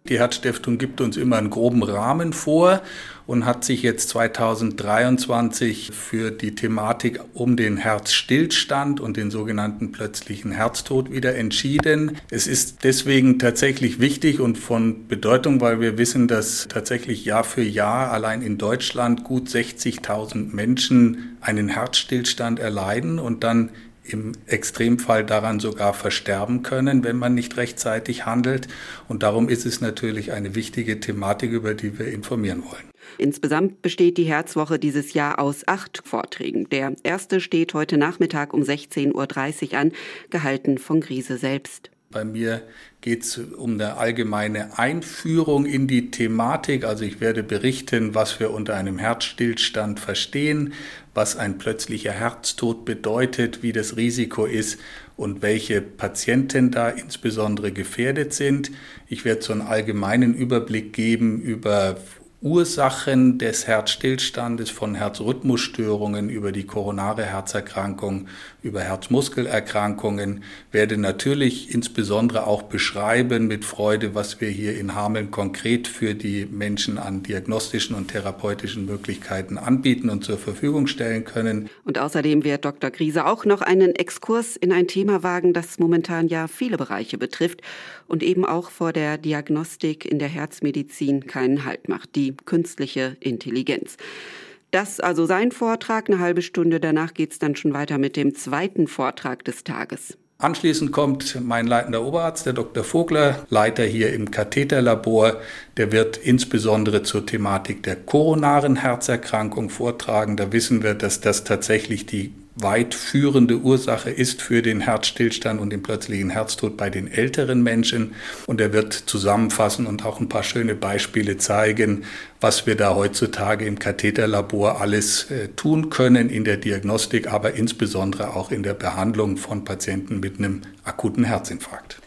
Die Herzstiftung gibt uns immer einen groben Rahmen vor und hat sich jetzt 2023 für die Thematik um den Herzstillstand und den sogenannten plötzlichen Herztod wieder entschieden. Es ist deswegen tatsächlich wichtig und von Bedeutung, weil wir wissen, dass tatsächlich Jahr für Jahr allein in Deutschland gut 60.000 Menschen einen Herzstillstand erleiden und dann im Extremfall daran sogar versterben können, wenn man nicht rechtzeitig handelt. Und darum ist es natürlich eine wichtige Thematik, über die wir informieren wollen. Insgesamt besteht die Herzwoche dieses Jahr aus 8 Vorträgen. Der erste steht heute Nachmittag um 16:30 Uhr an, gehalten von Griese selbst. Bei mir geht es um eine allgemeine Einführung in die Thematik. Also ich werde berichten, was wir unter einem Herzstillstand verstehen, was ein plötzlicher Herztod bedeutet, wie das Risiko ist und welche Patienten da insbesondere gefährdet sind. Ich werde so einen allgemeinen Überblick geben über Ursachen des Herzstillstandes, von Herzrhythmusstörungen über die koronare Herzerkrankung, über Herzmuskelerkrankungen, werde natürlich insbesondere auch beschreiben mit Freude, was wir hier in Hameln konkret für die Menschen an diagnostischen und therapeutischen Möglichkeiten anbieten und zur Verfügung stellen können. Und außerdem wird Dr. Griese auch noch einen Exkurs in ein Thema wagen, das momentan ja viele Bereiche betrifft und eben auch vor der Diagnostik in der Herzmedizin keinen Halt macht: die künstliche Intelligenz. Das also sein Vortrag, eine halbe Stunde. Danach geht es dann schon weiter mit dem zweiten Vortrag des Tages. Anschließend kommt mein leitender Oberarzt, der Dr. Vogler, Leiter hier im Katheterlabor. Der wird insbesondere zur Thematik der koronaren Herzerkrankung vortragen. Da wissen wir, dass das tatsächlich die weit führende Ursache ist für den Herzstillstand und den plötzlichen Herztod bei den älteren Menschen. Und er wird zusammenfassen und auch ein paar schöne Beispiele zeigen, was wir da heutzutage im Katheterlabor alles tun können in der Diagnostik, aber insbesondere auch in der Behandlung von Patienten mit einem akuten Herzinfarkt.